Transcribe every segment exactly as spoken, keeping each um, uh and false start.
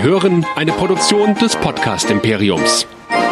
Sie hören eine Produktion des Podcast-Imperiums.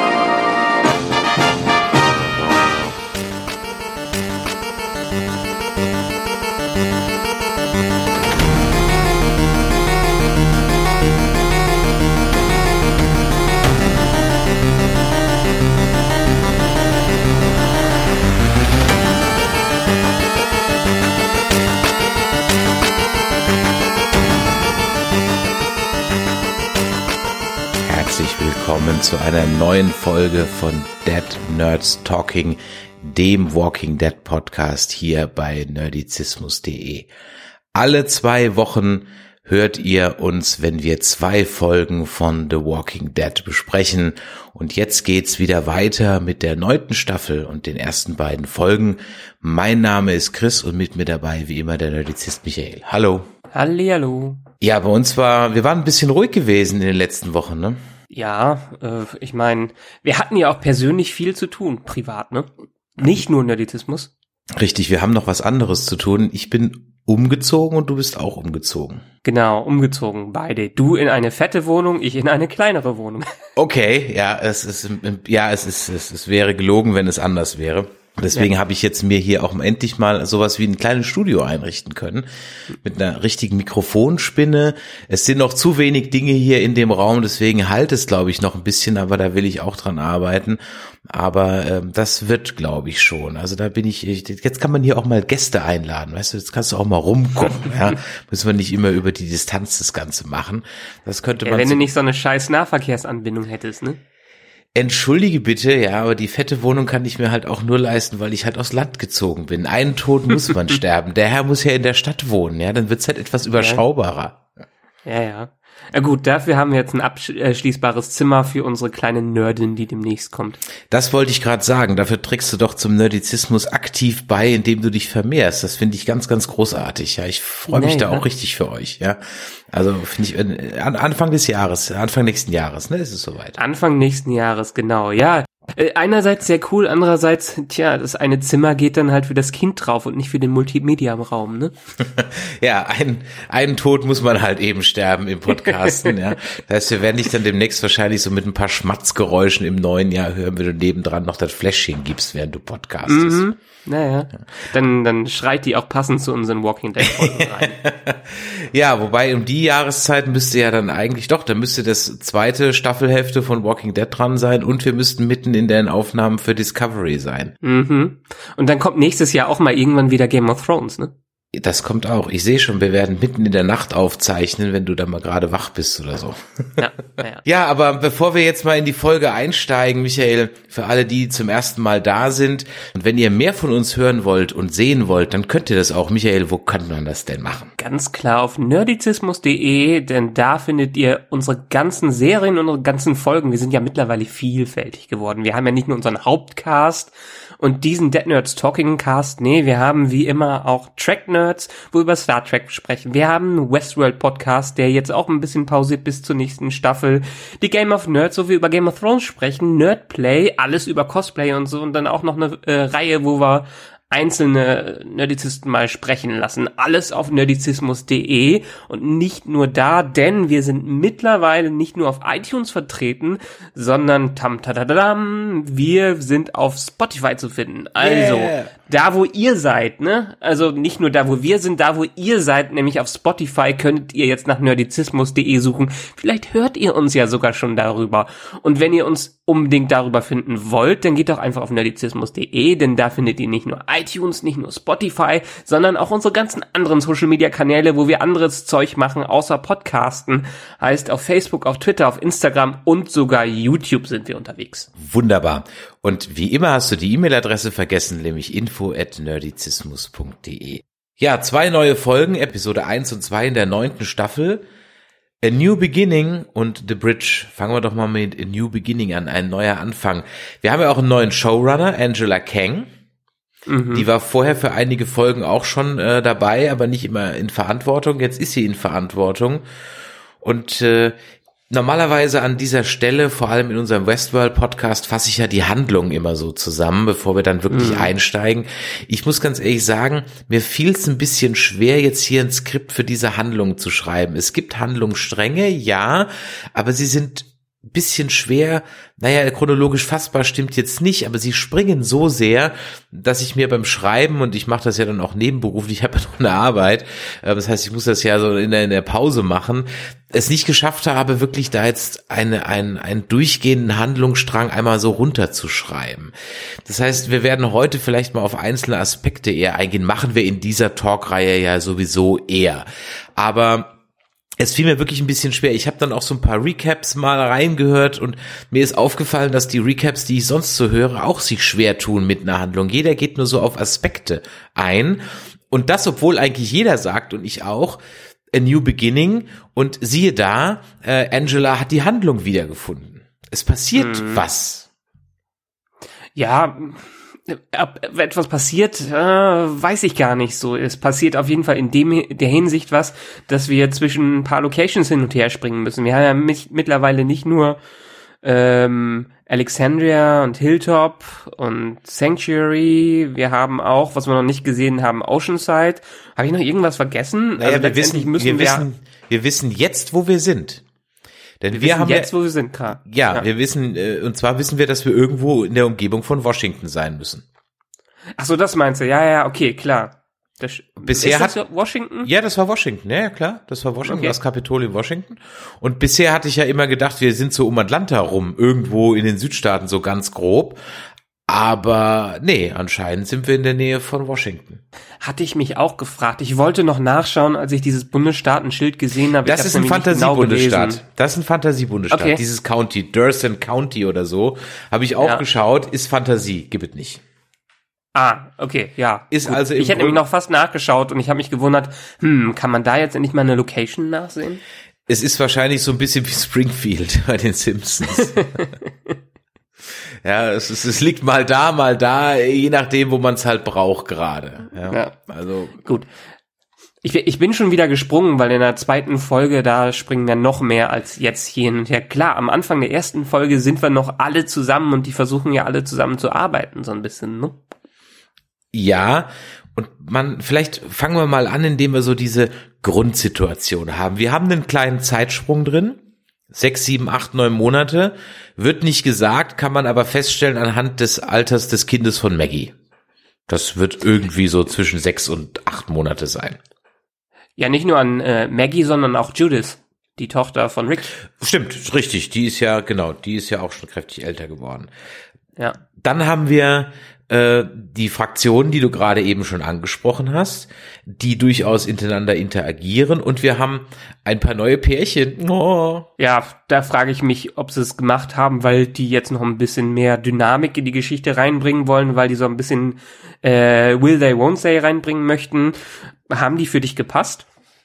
Willkommen zu einer neuen Folge von Dead Nerds Talking, dem Walking Dead Podcast hier bei nerdizismus punkt de. Alle zwei Wochen hört ihr uns, wenn wir zwei Folgen von The Walking Dead besprechen. Und jetzt geht's wieder weiter mit der neunten Staffel und den ersten beiden Folgen. Mein Name ist Chris und mit mir dabei wie immer der Nerdizist Michael. Hallo. Hallihallo. Ja, bei uns war, wir waren ein bisschen ruhig gewesen in den letzten Wochen, ne? Ja, äh, ich meine, wir hatten ja auch persönlich viel zu tun, privat, ne? Nicht nur Nerdizismus. Richtig, wir haben noch was anderes zu tun. Ich bin umgezogen und du bist auch umgezogen. Genau, umgezogen, beide. Du in eine fette Wohnung, ich in eine kleinere Wohnung. Okay, ja, es ist, ja, es ist, es, es wäre gelogen, wenn es anders wäre. Deswegen ja. habe ich jetzt mir hier auch endlich mal sowas wie ein kleines Studio einrichten können. Mit einer richtigen Mikrofonspinne. Es sind noch zu wenig Dinge hier in dem Raum, deswegen halt es, glaube ich, noch ein bisschen, aber da will ich auch dran arbeiten. Aber ähm, das wird, glaube ich, schon. Also da bin ich, ich, jetzt kann man hier auch mal Gäste einladen, weißt du, jetzt kannst du auch mal rumkommen. Ja? Müssen wir nicht immer über die Distanz das Ganze machen. Das könnte ja, man. Wenn so, du nicht so eine scheiß Nahverkehrsanbindung hättest, ne? Entschuldige bitte, ja, aber die fette Wohnung kann ich mir halt auch nur leisten, weil ich halt aufs Land gezogen bin. Einen Tod muss man sterben. Der Herr muss ja in der Stadt wohnen, ja, dann wird's halt etwas überschaubarer. Ja, ja. Ja gut, dafür haben wir jetzt ein abschließbares Zimmer für unsere kleine Nerdin, die demnächst kommt. Das wollte ich gerade sagen. Dafür trägst du doch zum Nerdizismus aktiv bei, indem du dich vermehrst. Das finde ich ganz, ganz großartig. Ja, ich freue mich nee, da ja. auch richtig für euch. Ja, also finde ich an Anfang des Jahres, Anfang nächsten Jahres, ne, ist es soweit. Anfang nächsten Jahres, genau. Ja. Einerseits sehr cool, andererseits, tja, das eine Zimmer geht dann halt für das Kind drauf und nicht für den Multimedia-Raum, ne? Ja, ein, einen Tod muss man halt eben sterben im Podcasten, ja. Das heißt, wir werden dich dann demnächst wahrscheinlich so mit ein paar Schmatzgeräuschen im neuen Jahr hören, wenn du nebendran noch das Fläschchen gibst, während du podcastest. Mhm. Naja, ja. dann, dann schreit die auch passend zu unseren Walking Dead Folgen rein. Ja, wobei um die Jahreszeit müsste ja dann eigentlich doch, da müsste das zweite Staffelhälfte von Walking Dead dran sein und wir müssten mitten in den Aufnahmen für Discovery sein. Mhm. Und dann kommt nächstes Jahr auch mal irgendwann wieder Game of Thrones, ne? Das kommt auch. Ich sehe schon, wir werden mitten in der Nacht aufzeichnen, wenn du da mal gerade wach bist oder so. Ja, ja. Ja, aber bevor wir jetzt mal in die Folge einsteigen, Michael, für alle, die zum ersten Mal da sind und wenn ihr mehr von uns hören wollt und sehen wollt, dann könnt ihr das auch. Michael, wo kann man das denn machen? Ganz klar auf nerdizismus punkt de, denn da findet ihr unsere ganzen Serien, unsere ganzen Folgen. Wir sind ja mittlerweile vielfältig geworden. Wir haben ja nicht nur unseren Hauptcast und diesen Dead Nerds Talking Cast, nee, wir haben wie immer auch Track Nerds, wo wir über Star Trek sprechen. Wir haben einen Westworld Podcast, der jetzt auch ein bisschen pausiert bis zur nächsten Staffel. Die Game of Nerds, wo wir über Game of Thrones sprechen. Nerdplay, alles über Cosplay und so. Und dann auch noch eine äh, Reihe, wo wir einzelne Nerdizisten mal sprechen lassen. Alles auf nerdizismus punkt de und nicht nur da, denn wir sind mittlerweile nicht nur auf iTunes vertreten, sondern tam tadadam, wir sind auf Spotify zu finden. Also, yeah. Da wo ihr seid, ne? Also nicht nur da wo wir sind, da wo ihr seid, nämlich auf Spotify könnt ihr jetzt nach nerdizismus punkt de suchen. Vielleicht hört ihr uns ja sogar schon darüber. Und wenn ihr uns unbedingt darüber finden wollt, dann geht doch einfach auf nerdizismus punkt de, denn da findet ihr nicht nur iTunes, nicht nur Spotify, sondern auch unsere ganzen anderen Social-Media-Kanäle, wo wir anderes Zeug machen, außer Podcasten. Heißt auf Facebook, auf Twitter, auf Instagram und sogar YouTube sind wir unterwegs. Wunderbar. Und wie immer hast du die E-Mail-Adresse vergessen, nämlich info at nerdizismus punkt de. Ja, zwei neue Folgen, Episode eins und zwei in der neunten Staffel. A New Beginning und The Bridge. Fangen wir doch mal mit A New Beginning an, ein neuer Anfang. Wir haben ja auch einen neuen Showrunner, Angela Kang. Mhm. Die war vorher für einige Folgen auch schon äh, dabei, aber nicht immer in Verantwortung. Jetzt ist sie in Verantwortung. Und äh, Normalerweise an dieser Stelle, vor allem in unserem Westworld-Podcast, fasse ich ja die Handlung immer so zusammen, bevor wir dann wirklich mhm. einsteigen. Ich muss ganz ehrlich sagen, mir fiel es ein bisschen schwer, jetzt hier ein Skript für diese Handlung zu schreiben. Es gibt Handlungsstränge, ja, aber sie sind ein bisschen schwer, naja, chronologisch fassbar stimmt jetzt nicht, aber sie springen so sehr, dass ich mir beim Schreiben, und ich mache das ja dann auch nebenberuflich, ich habe ja noch eine Arbeit, das heißt, ich muss das ja so in der, in der Pause machen, es nicht geschafft habe, wirklich da jetzt eine, einen, einen durchgehenden Handlungsstrang einmal so runterzuschreiben. Das heißt, wir werden heute vielleicht mal auf einzelne Aspekte eher eingehen, machen wir in dieser Talkreihe ja sowieso eher. Aber es fiel mir wirklich ein bisschen schwer. Ich habe dann auch so ein paar Recaps mal reingehört und mir ist aufgefallen, dass die Recaps, die ich sonst so höre, auch sich schwer tun mit einer Handlung. Jeder geht nur so auf Aspekte ein und das, obwohl eigentlich jeder sagt und ich auch, a new beginning, und siehe da, äh, Angela hat die Handlung wiedergefunden. Es passiert mhm. was. Ja, ob etwas passiert, äh, weiß ich gar nicht so. Es passiert auf jeden Fall in dem der Hinsicht was, dass wir zwischen ein paar Locations hin und her springen müssen. Wir haben ja mit, mittlerweile nicht nur ähm, Alexandria und Hilltop und Sanctuary. Wir haben auch, was wir noch nicht gesehen haben, Oceanside. Habe ich noch irgendwas vergessen? Naja, also wir wissen, müssen wir, wir wissen, wir wissen jetzt, wo wir sind. Denn wir, wir haben jetzt, ja, wo wir sind, klar. Ja, ja, wir wissen, äh, und zwar wissen wir, dass wir irgendwo in der Umgebung von Washington sein müssen. Ach so, das meinst du? Ja, ja, okay, klar. Das, bisher ist das hat Washington? Ja, das war Washington, ja, ja klar, das war Washington, okay. Das Kapitol in Washington. Und bisher hatte ich ja immer gedacht, wir sind so um Atlanta rum, irgendwo in den Südstaaten, so ganz grob. Aber nee, anscheinend sind wir in der Nähe von Washington. Hatte ich mich auch gefragt. Ich wollte noch nachschauen, als ich dieses Bundesstaatenschild gesehen habe. Das ist ein Fantasiebundesstaat. Genau das ist ein Fantasiebundesstaat. Okay. Dieses County, Thurston County oder so, habe ich auch ja. geschaut, ist Fantasie, gibt es nicht. Ah, okay, ja. Ist Gut. also im ich hätte nämlich noch fast nachgeschaut und ich habe mich gewundert, hm, kann man da jetzt endlich mal eine Location nachsehen? Es ist wahrscheinlich so ein bisschen wie Springfield bei den Simpsons. Ja, es, es, es liegt mal da, mal da, je nachdem, wo man es halt braucht gerade. Ja, ja, also gut. Ich, ich bin schon wieder gesprungen, weil in der zweiten Folge, da springen wir noch mehr als jetzt hier hin und her. Klar, am Anfang der ersten Folge sind wir noch alle zusammen und die versuchen ja alle zusammen zu arbeiten, so ein bisschen, ne? Ja, und man, vielleicht fangen wir mal an, indem wir so diese Grundsituation haben. Wir haben einen kleinen Zeitsprung drin. Sechs, sieben, acht, neun Monate. Wird nicht gesagt, kann man aber feststellen anhand des Alters des Kindes von Maggie. Das wird irgendwie so zwischen sechs und acht Monate sein. Ja, nicht nur an äh, Maggie, sondern auch Judith, die Tochter von Rick. Stimmt, richtig. Die ist ja, genau, die ist ja auch schon kräftig älter geworden. Ja. Dann haben wir äh, die Fraktionen, die du gerade eben schon angesprochen hast, die durchaus miteinander interagieren, und wir haben ein paar neue Pärchen. Oh. Ja, da frage ich mich, ob sie es gemacht haben, weil die jetzt noch ein bisschen mehr Dynamik in die Geschichte reinbringen wollen, weil die so ein bisschen äh, Will They, Won't They reinbringen möchten. Haben die für dich gepasst?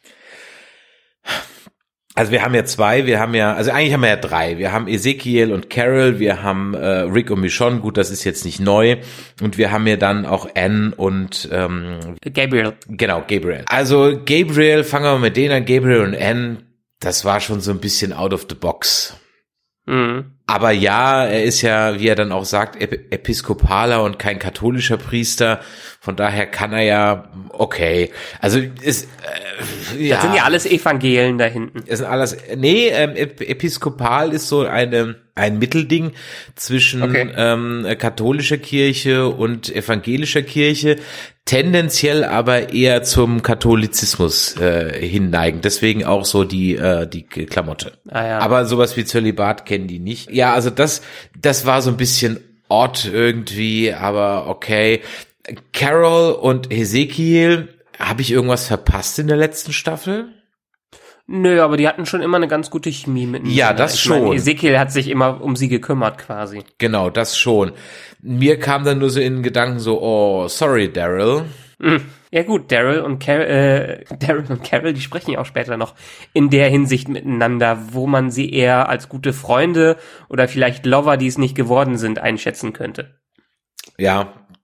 Also wir haben ja zwei, wir haben ja, also eigentlich haben wir ja drei. Wir haben Ezekiel und Carol, wir haben äh, Rick und Michonne, gut, das ist jetzt nicht neu. Und wir haben ja dann auch Anne und ähm, Gabriel. Genau, Gabriel. Also Gabriel, fangen wir mal mit denen an, Gabriel und Anne, das war schon so ein bisschen out of the box. Mhm. Aber ja, er ist ja, wie er dann auch sagt, Ep- Episkopaler und kein katholischer Priester. Von daher kann er ja, okay. Also ist, äh, ja. Das sind ja alles Evangelien da hinten. Das sind alles, nee, ähm, Episkopal ist so eine, ein Mittelding zwischen okay. ähm, katholischer Kirche und evangelischer Kirche. Tendenziell aber eher zum Katholizismus äh, hinneigen. Deswegen auch so die äh, die Klamotte. Ah, ja. Aber sowas wie Zölibat kennen die nicht. Ja, also das das war so ein bisschen odd irgendwie, aber okay. Carol und Ezekiel, habe ich irgendwas verpasst in der letzten Staffel? Nö, aber die hatten schon immer eine ganz gute Chemie miteinander. Ja, das ich schon. Meine, Ezekiel hat sich immer um sie gekümmert quasi. Genau, das schon. Mir kam dann nur so in den Gedanken so, oh, sorry, Daryl. Ja gut, Daryl und Carol, äh, Daryl und Carol, die sprechen ja auch später noch in der Hinsicht miteinander, wo man sie eher als gute Freunde oder vielleicht Lover, die es nicht geworden sind, einschätzen könnte. Ja,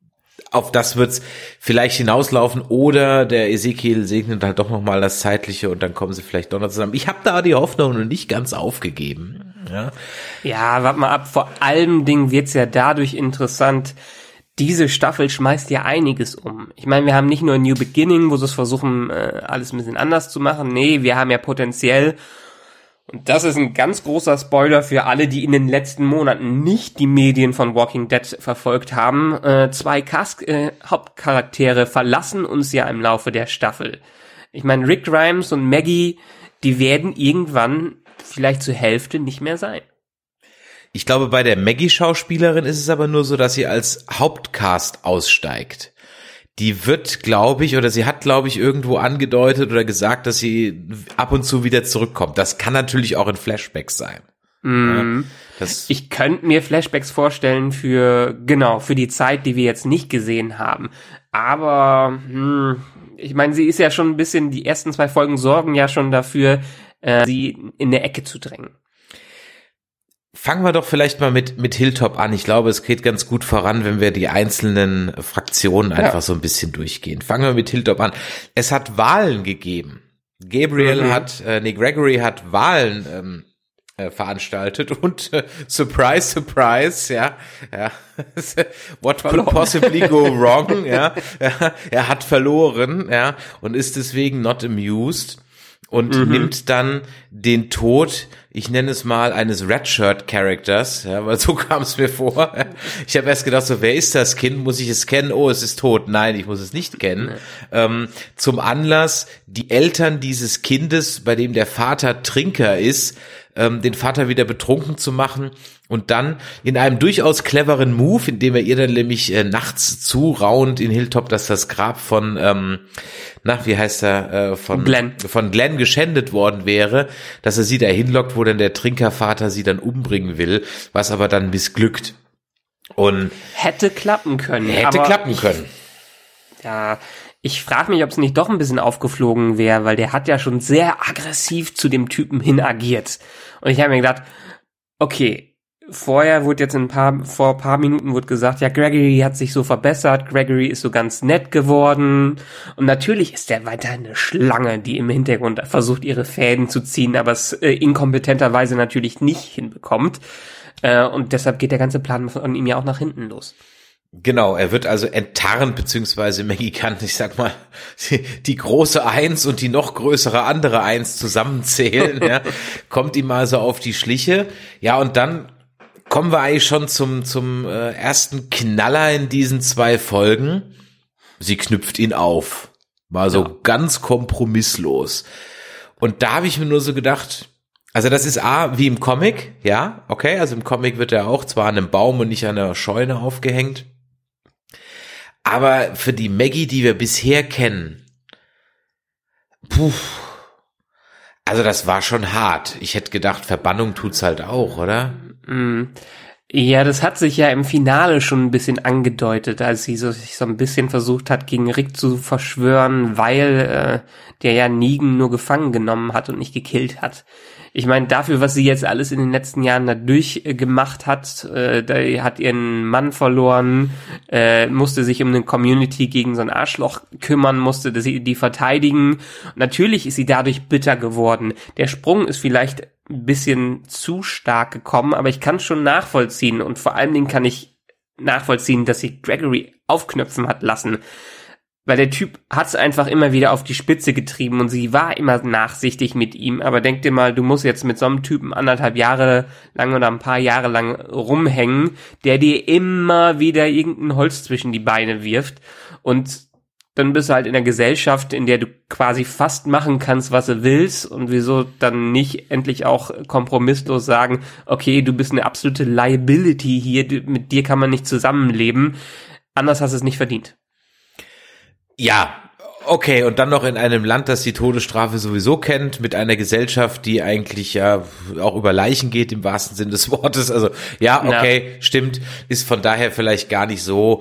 auf das wird's vielleicht hinauslaufen oder der Ezekiel segnet halt doch nochmal das Zeitliche und dann kommen sie vielleicht doch noch zusammen. Ich habe da die Hoffnung noch nicht ganz aufgegeben. Ja, ja, warte mal ab. Vor allen Dingen wird's ja dadurch interessant, diese Staffel schmeißt ja einiges um. Ich meine, wir haben nicht nur ein New Beginning, wo sie es versuchen, alles ein bisschen anders zu machen. Nee, wir haben ja potenziell, und das ist ein ganz großer Spoiler für alle, die in den letzten Monaten nicht die Medien von Walking Dead verfolgt haben. Äh, zwei Cast- äh, Hauptcharaktere verlassen uns ja im Laufe der Staffel. Ich meine, Rick Grimes und Maggie, die werden irgendwann vielleicht zur Hälfte nicht mehr sein. Ich glaube, bei der Maggie-Schauspielerin ist es aber nur so, dass sie als Hauptcast aussteigt. Die wird, glaube ich, oder sie hat, glaube ich, irgendwo angedeutet oder gesagt, dass sie ab und zu wieder zurückkommt. Das kann natürlich auch in Flashbacks sein. Mm. Ja, das ich könnte mir Flashbacks vorstellen für, genau, für die Zeit, die wir jetzt nicht gesehen haben. Aber, hm, ich meine, sie ist ja schon ein bisschen, die ersten zwei Folgen sorgen ja schon dafür, äh, sie in der Ecke zu drängen. Fangen wir doch vielleicht mal mit mit Hilltop an. Ich glaube, es geht ganz gut voran, wenn wir die einzelnen Fraktionen einfach ja. so ein bisschen durchgehen. Fangen wir mit Hilltop an. Es hat Wahlen gegeben. Gabriel mhm. hat, äh, nee, Gregory hat Wahlen ähm, äh, veranstaltet und äh, surprise, surprise, ja, ja, what could possibly go wrong, ja, ja, er hat verloren, ja, und ist deswegen not amused. Und mhm. nimmt dann den Tod, ich nenne es mal, eines Redshirt-Charakters, ja, weil so kam es mir vor. Ich habe erst gedacht, so, wer ist das Kind? Muss ich es kennen? Oh, es ist tot. Nein, ich muss es nicht kennen. Ähm, zum Anlass, die Eltern dieses Kindes, bei dem der Vater Trinker ist, ähm, den Vater wieder betrunken zu machen und dann in einem durchaus cleveren Move, indem er ihr dann nämlich äh, nachts zuraunt in Hilltop, dass das Grab von, ähm, na, wie heißt er, äh, von Glenn. von Glenn geschändet worden wäre, dass er sie da hinlockt, wo dann der Trinkervater sie dann umbringen will, was aber dann missglückt. Und hätte klappen können. Hätte klappen können. Ja, ich frage mich, ob es nicht doch ein bisschen aufgeflogen wäre, weil der hat ja schon sehr aggressiv zu dem Typen hin agiert. Und ich habe mir gedacht, okay, vorher wurde jetzt ein paar, vor ein paar Minuten wurde gesagt, ja, Gregory hat sich so verbessert, Gregory ist so ganz nett geworden. Und natürlich ist der weiter eine Schlange, die im Hintergrund versucht, ihre Fäden zu ziehen, aber es äh, inkompetenterweise natürlich nicht hinbekommt. Äh, und deshalb geht der ganze Plan von ihm ja auch nach hinten los. Genau, er wird also enttarnt, beziehungsweise Maggie kann, ich sag mal, die, die große Eins und die noch größere andere Eins zusammenzählen, ja, kommt ihm also auf die Schliche. Ja, und dann kommen wir eigentlich schon zum zum äh, ersten Knaller in diesen zwei Folgen. Sie knüpft ihn auf. War so ja. ganz kompromisslos. Und da habe ich mir nur so gedacht, also das ist A, wie im Comic, ja, okay, also im Comic wird er auch zwar an einem Baum und nicht an einer Scheune aufgehängt, aber für die Maggie, die wir bisher kennen, puh, also das war schon hart. Ich hätte gedacht, Verbannung tut's halt auch, oder? Ja, das hat sich ja im Finale schon ein bisschen angedeutet, als sie so, sich so ein bisschen versucht hat, gegen Rick zu verschwören, weil äh, der ja Negan nur gefangen genommen hat und nicht gekillt hat. Ich meine, dafür, was sie jetzt alles in den letzten Jahren da durchgemacht hat, äh, da hat ihren Mann verloren, äh, musste sich um eine Community gegen so ein Arschloch kümmern, musste die, die verteidigen. Und natürlich ist sie dadurch bitter geworden. Der Sprung ist vielleicht ein bisschen zu stark gekommen, aber ich kann es schon nachvollziehen. Und vor allen Dingen kann ich nachvollziehen, dass sie Gregory aufknöpfen hat lassen. Weil der Typ hat es einfach immer wieder auf die Spitze getrieben und sie war immer nachsichtig mit ihm. Aber denk dir mal, du musst jetzt mit so einem Typen anderthalb Jahre lang oder ein paar Jahre lang rumhängen, der dir immer wieder irgendein Holz zwischen die Beine wirft. Und dann bist du halt in einer Gesellschaft, in der du quasi fast machen kannst, was du willst. Und wieso dann nicht endlich auch kompromisslos sagen, okay, du bist eine absolute Liability hier, du, mit dir kann man nicht zusammenleben. Anders hast du es nicht verdient. Ja, okay, und dann noch in einem Land, das die Todesstrafe sowieso kennt, mit einer Gesellschaft, die eigentlich ja auch über Leichen geht, im wahrsten Sinne des Wortes. Also ja, okay, ja. Stimmt, ist von daher vielleicht gar nicht so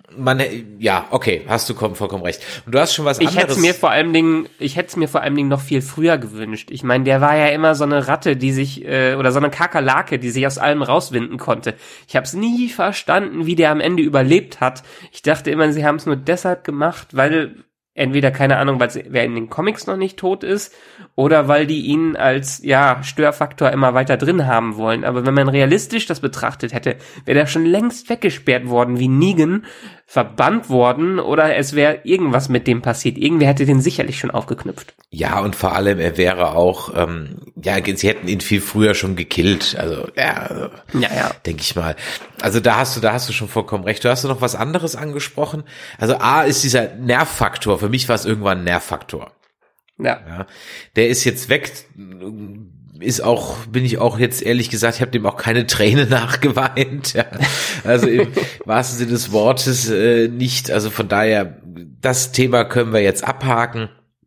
man, ja, okay, hast du vollkommen recht. Und du hast schon was ich anderes. Hätte es mir vor allem Dingen, ich hätte es mir vor allem Dingen noch viel früher gewünscht. Ich meine, der war ja immer so eine Ratte, die sich, äh, oder so eine Kakerlake, die sich aus allem rauswinden konnte. Ich habe es nie verstanden, wie der am Ende überlebt hat. Ich dachte immer, sie haben es nur deshalb gemacht, weil entweder, keine Ahnung, weil wer in den Comics noch nicht tot ist oder weil die ihn als, ja, Störfaktor immer weiter drin haben wollen. Aber wenn man realistisch das betrachtet hätte, wäre der schon längst weggesperrt worden wie Negan, verbannt worden oder es wäre irgendwas mit dem passiert. Irgendwer hätte den sicherlich schon aufgeknüpft. Ja, und vor allem, er wäre auch, ähm, ja, sie hätten ihn viel früher schon gekillt. Also, ja, ja, ja. denke ich mal. Also da hast du, da hast du schon vollkommen recht. Du hast noch was anderes angesprochen. Also A ist dieser Nervfaktor. Für mich war es irgendwann ein Nervfaktor. Ja. ja. Der ist jetzt weg. Ist auch, bin ich auch jetzt ehrlich gesagt, ich habe dem auch keine Träne nachgeweint. Ja. Also im wahrsten Sinne des Wortes äh, nicht. Also von daher, das Thema können wir jetzt abhaken.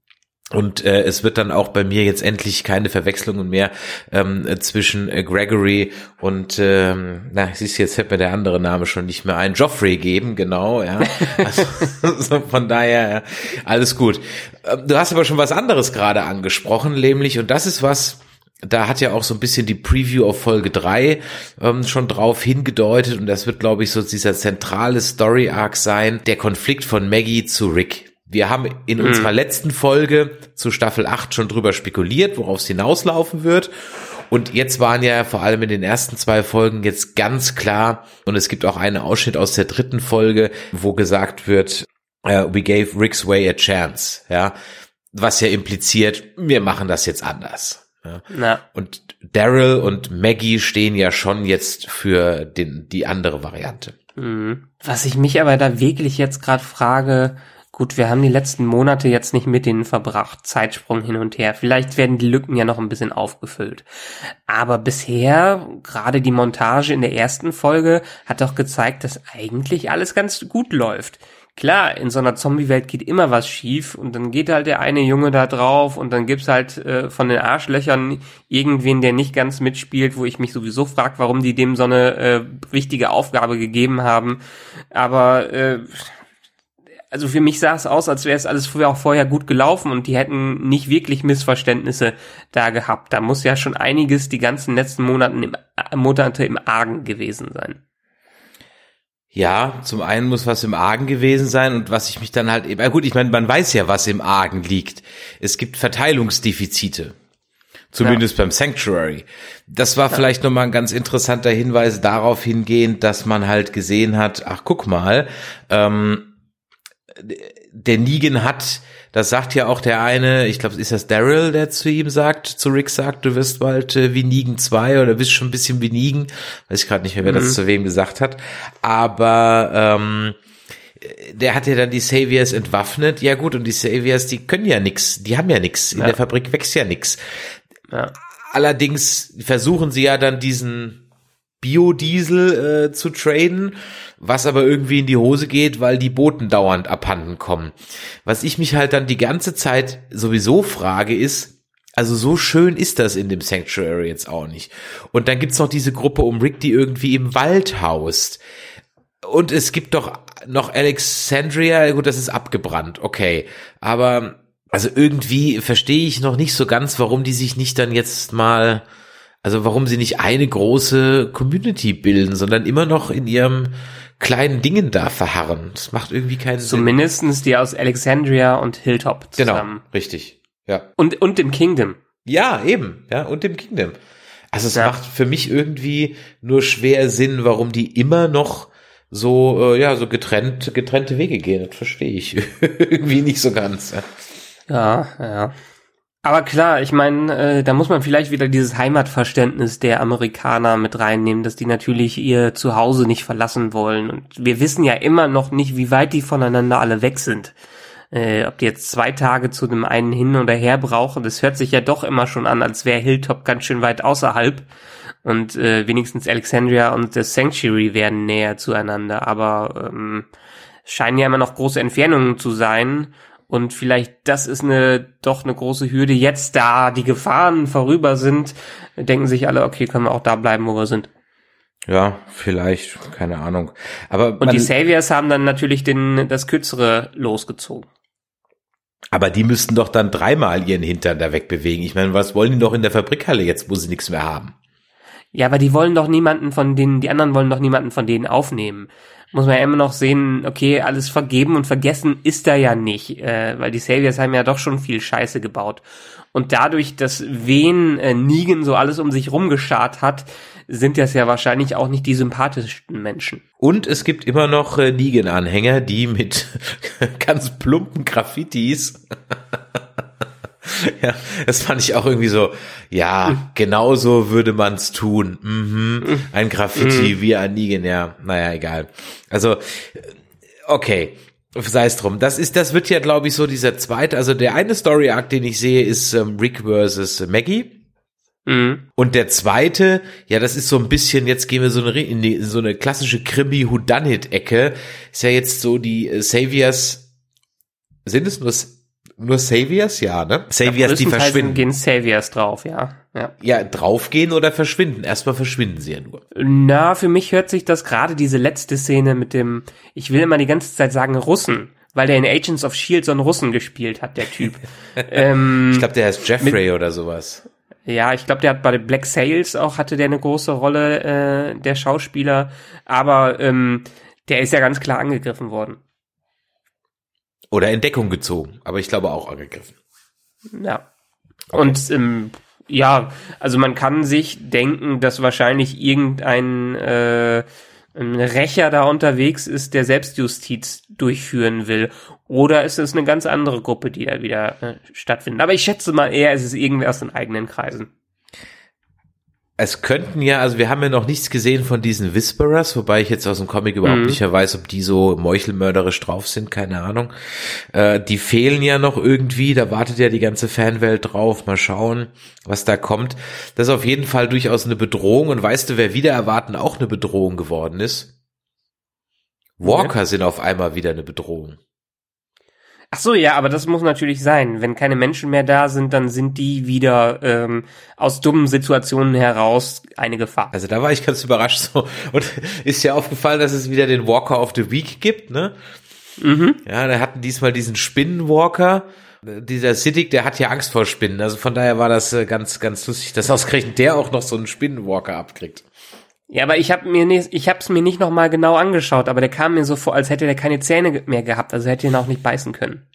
Und äh, es wird dann auch bei mir jetzt endlich keine Verwechslungen mehr ähm, zwischen äh, Gregory und, ähm, na, siehst du, jetzt fällt mir der andere Name schon nicht mehr ein, Joffrey geben, genau, ja. Also, von daher, ja, alles gut. Ähm, du hast aber schon was anderes gerade angesprochen, nämlich, und das ist was, da hat ja auch so ein bisschen die Preview auf Folge drei ähm, schon drauf hingedeutet, und das wird, glaube ich, so dieser zentrale Story-Arc sein, der Konflikt von Maggie zu Rick. Wir haben in mhm. unserer letzten Folge zu Staffel acht schon drüber spekuliert, worauf es hinauslaufen wird. Und jetzt waren ja vor allem in den ersten zwei Folgen jetzt ganz klar, und es gibt auch einen Ausschnitt aus der dritten Folge, wo gesagt wird, uh, we gave Rick's way a chance, ja, was ja impliziert, wir machen das jetzt anders. Ja. Na. Und Daryl und Maggie stehen ja schon jetzt für den, die andere Variante. Mhm. Was ich mich aber da wirklich jetzt gerade frage, gut, wir haben die letzten Monate jetzt nicht mit denen verbracht, Zeitsprung hin und her. Vielleicht werden die Lücken ja noch ein bisschen aufgefüllt. Aber bisher, gerade die Montage in der ersten Folge, hat doch gezeigt, dass eigentlich alles ganz gut läuft. Klar, in so einer Zombie-Welt geht immer was schief und dann geht halt der eine Junge da drauf und dann gibt's halt äh, von den Arschlöchern irgendwen, der nicht ganz mitspielt, wo ich mich sowieso frage, warum die dem so eine äh, wichtige Aufgabe gegeben haben. Aber äh, also für mich sah es aus, als wäre es alles früher auch vorher gut gelaufen und die hätten nicht wirklich Missverständnisse da gehabt. Da muss ja schon einiges die ganzen letzten Monaten im, Monate im Argen gewesen sein. Ja, zum einen muss was im Argen gewesen sein und was ich mich dann halt eben, gut, ich meine, man weiß ja, was im Argen liegt. Es gibt Verteilungsdefizite. Zumindest ja. beim Sanctuary. Das war ja. vielleicht nochmal ein ganz interessanter Hinweis darauf hingehend, dass man halt gesehen hat, ach guck mal, ähm, der Negan hat, das sagt ja auch der eine, ich glaube, ist das Daryl, der zu ihm sagt, zu Rick sagt, du wirst bald äh, wie Negan zwei oder bist schon ein bisschen wie Negan. Weiß ich gerade nicht mehr, wer mhm. das zu wem gesagt hat. Aber ähm, der hat ja dann die Saviors entwaffnet. Ja gut, und die Saviors, die können ja nix, die haben ja nix. In ja. der Fabrik wächst ja nix. Ja. Allerdings versuchen sie ja dann diesen Biodiesel äh, zu traden, was aber irgendwie in die Hose geht, weil die Boten dauernd abhanden kommen. Was ich mich halt dann die ganze Zeit sowieso frage ist, also so schön ist das in dem Sanctuary jetzt auch nicht. Und dann gibt's noch diese Gruppe um Rick, die irgendwie im Wald haust. Und es gibt doch noch Alexandria, gut, das ist abgebrannt, okay. Aber also irgendwie verstehe ich noch nicht so ganz, warum die sich nicht dann jetzt mal, also warum sie nicht eine große Community bilden, sondern immer noch in ihrem kleinen Dingen da verharren. Das macht irgendwie keinen Sinn. Zumindestens die aus Alexandria und Hilltop zusammen. Genau, richtig, ja. Und, und dem Kingdom. Ja, eben, ja, und dem Kingdom. Also es ja. macht für mich irgendwie nur schwer Sinn, warum die immer noch so, äh, ja, so getrennt, getrennte Wege gehen. Das verstehe ich irgendwie nicht so ganz. Ja, ja. ja. Aber klar, ich meine, äh, da muss man vielleicht wieder dieses Heimatverständnis der Amerikaner mit reinnehmen, dass die natürlich ihr Zuhause nicht verlassen wollen. Und wir wissen ja immer noch nicht, wie weit die voneinander alle weg sind. Äh, ob die jetzt zwei Tage zu dem einen hin oder her brauchen, das hört sich ja doch immer schon an, als wäre Hilltop ganz schön weit außerhalb. Und äh, wenigstens Alexandria und das Sanctuary wären näher zueinander. Aber ähm, scheinen ja immer noch große Entfernungen zu sein. Und vielleicht das ist eine doch eine große Hürde. Jetzt, da die Gefahren vorüber sind, denken sich alle, okay, können wir auch da bleiben, wo wir sind. Ja, vielleicht, keine Ahnung. Aber Und die Saviors haben dann natürlich den das Kürzere losgezogen. Aber die müssten doch dann dreimal ihren Hintern da wegbewegen. Ich meine, was wollen die noch in der Fabrikhalle jetzt, wo sie nichts mehr haben? Ja, aber die wollen doch niemanden von denen, die anderen wollen doch niemanden von denen aufnehmen. Muss man ja immer noch sehen, okay, alles vergeben und vergessen ist da ja nicht, äh, weil die Saviors haben ja doch schon viel Scheiße gebaut. Und dadurch, dass wen äh, Negan so alles um sich rumgeschart hat, sind das ja wahrscheinlich auch nicht die sympathischsten Menschen. Und es gibt immer noch äh, Negan-Anhänger, die mit ganz plumpen Graffitis ja, das fand ich auch irgendwie so, ja, genau so würde man's tun. Mhm. Ein Graffiti wie an Negan, ja, naja, egal. Also, okay, sei es drum. Das ist, das wird ja, glaube ich, so dieser zweite, also der eine Story-Arc, den ich sehe, ist ähm, Rick versus Maggie. Mhm. Und der zweite, ja, das ist so ein bisschen, jetzt gehen wir so eine, in, die, in so eine klassische Krimi-Whodunit-Ecke, ist ja jetzt so die äh, Saviors, sind es nur Nur Saviors, ja, ne? Saviors, ja, die verschwinden. Gehen Saviors drauf, ja. Ja, ja, draufgehen oder verschwinden? Erstmal verschwinden sie ja nur. Na, für mich hört sich das gerade diese letzte Szene mit dem, ich will immer die ganze Zeit sagen Russen, weil der in Agents of S H I E L D so einen Russen gespielt hat, der Typ. ähm, ich glaube, der heißt Jeffrey mit, oder sowas. Ja, ich glaube, der hat bei Black Sails auch, hatte der eine große Rolle, äh, der Schauspieler. Aber ähm, der ist ja ganz klar angegriffen worden. Oder in Deckung gezogen, aber ich glaube auch angegriffen. Ja. Okay. Und ähm, ja, also man kann sich denken, dass wahrscheinlich irgendein äh, ein Rächer da unterwegs ist, der Selbstjustiz durchführen will. Oder ist es eine ganz andere Gruppe, die da wieder äh, stattfindet. Aber ich schätze mal eher, es ist irgendwer aus den eigenen Kreisen. Es könnten ja, also wir haben ja noch nichts gesehen von diesen Whisperers, wobei ich jetzt aus dem Comic überhaupt mhm. nicht mehr weiß, ob die so meuchelmörderisch drauf sind, keine Ahnung. Äh, die fehlen ja noch irgendwie, da wartet ja die ganze Fanwelt drauf, mal schauen, was da kommt. Das ist auf jeden Fall durchaus eine Bedrohung und weißt du, wer wieder erwarten auch eine Bedrohung geworden ist? Walker ja. sind auf einmal wieder eine Bedrohung. Ach so, ja, aber das muss natürlich sein. Wenn keine Menschen mehr da sind, dann sind die wieder ähm, aus dummen Situationen heraus eine Gefahr. Also da war ich ganz überrascht so. Und ist ja aufgefallen, dass es wieder den Walker of the Week gibt, ne? Mhm. Ja, da hatten diesmal diesen Spinnenwalker. Dieser Siddiq, der hat ja Angst vor Spinnen. Also von daher war das ganz, ganz lustig, dass ausgerechnet der auch noch so einen Spinnenwalker abkriegt. Ja, aber ich habe mir nicht, ich habe es mir nicht nochmal genau angeschaut, aber der kam mir so vor, als hätte der keine Zähne mehr gehabt, also hätte ihn auch nicht beißen können.